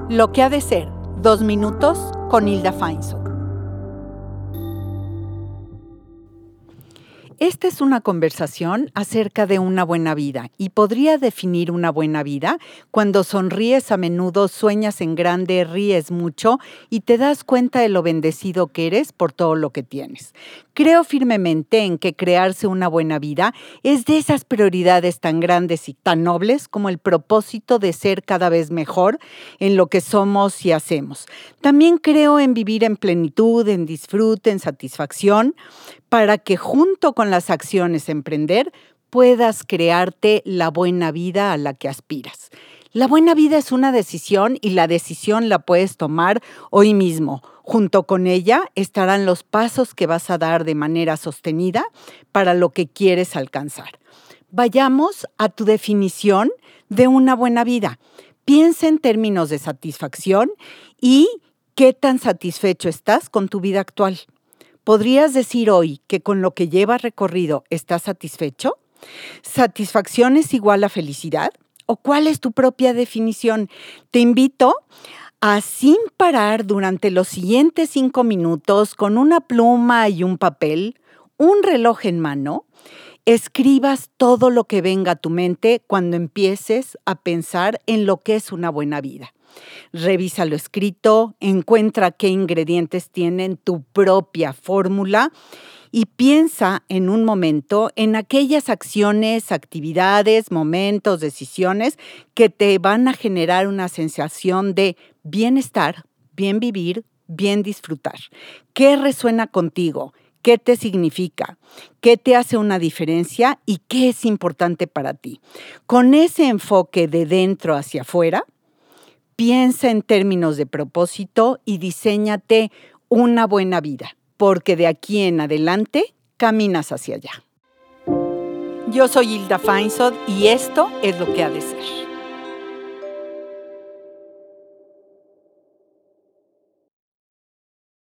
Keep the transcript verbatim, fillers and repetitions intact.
Lo que ha de ser, dos minutos con Hilda Feinsod. Esta es una conversación acerca de una buena vida y podría definir una buena vida cuando sonríes a menudo, sueñas en grande, ríes mucho y te das cuenta de lo bendecido que eres por todo lo que tienes. Creo firmemente en que crearse una buena vida es de esas prioridades tan grandes y tan nobles como el propósito de ser cada vez mejor en lo que somos y hacemos. También creo en vivir en plenitud, en disfrute, en satisfacción, para que junto con las acciones emprender puedas crearte la buena vida a la que aspiras. La buena vida es una decisión y la decisión la puedes tomar hoy mismo. Junto con ella estarán los pasos que vas a dar de manera sostenida para lo que quieres alcanzar. Vayamos a tu definición de una buena vida. Piensa en términos de satisfacción y qué tan satisfecho estás con tu vida actual. ¿Podrías decir hoy que con lo que llevas recorrido estás satisfecho? ¿Satisfacción es igual a felicidad? ¿O cuál es tu propia definición? Te invito a, sin parar durante los siguientes cinco minutos, con una pluma y un papel, un reloj en mano, escribas todo lo que venga a tu mente cuando empieces a pensar en lo que es una buena vida. Revisa lo escrito, encuentra qué ingredientes tienen tu propia fórmula y piensa en un momento en aquellas acciones, actividades, momentos, decisiones que te van a generar una sensación de bienestar, bien vivir, bien disfrutar. ¿Qué resuena contigo? ¿Qué te significa? ¿Qué te hace una diferencia? ¿Y qué es importante para ti? Con ese enfoque de dentro hacia afuera, piensa en términos de propósito y diséñate una buena vida, porque de aquí en adelante caminas hacia allá. Yo soy Hilda Feinsod y esto es lo que ha de ser.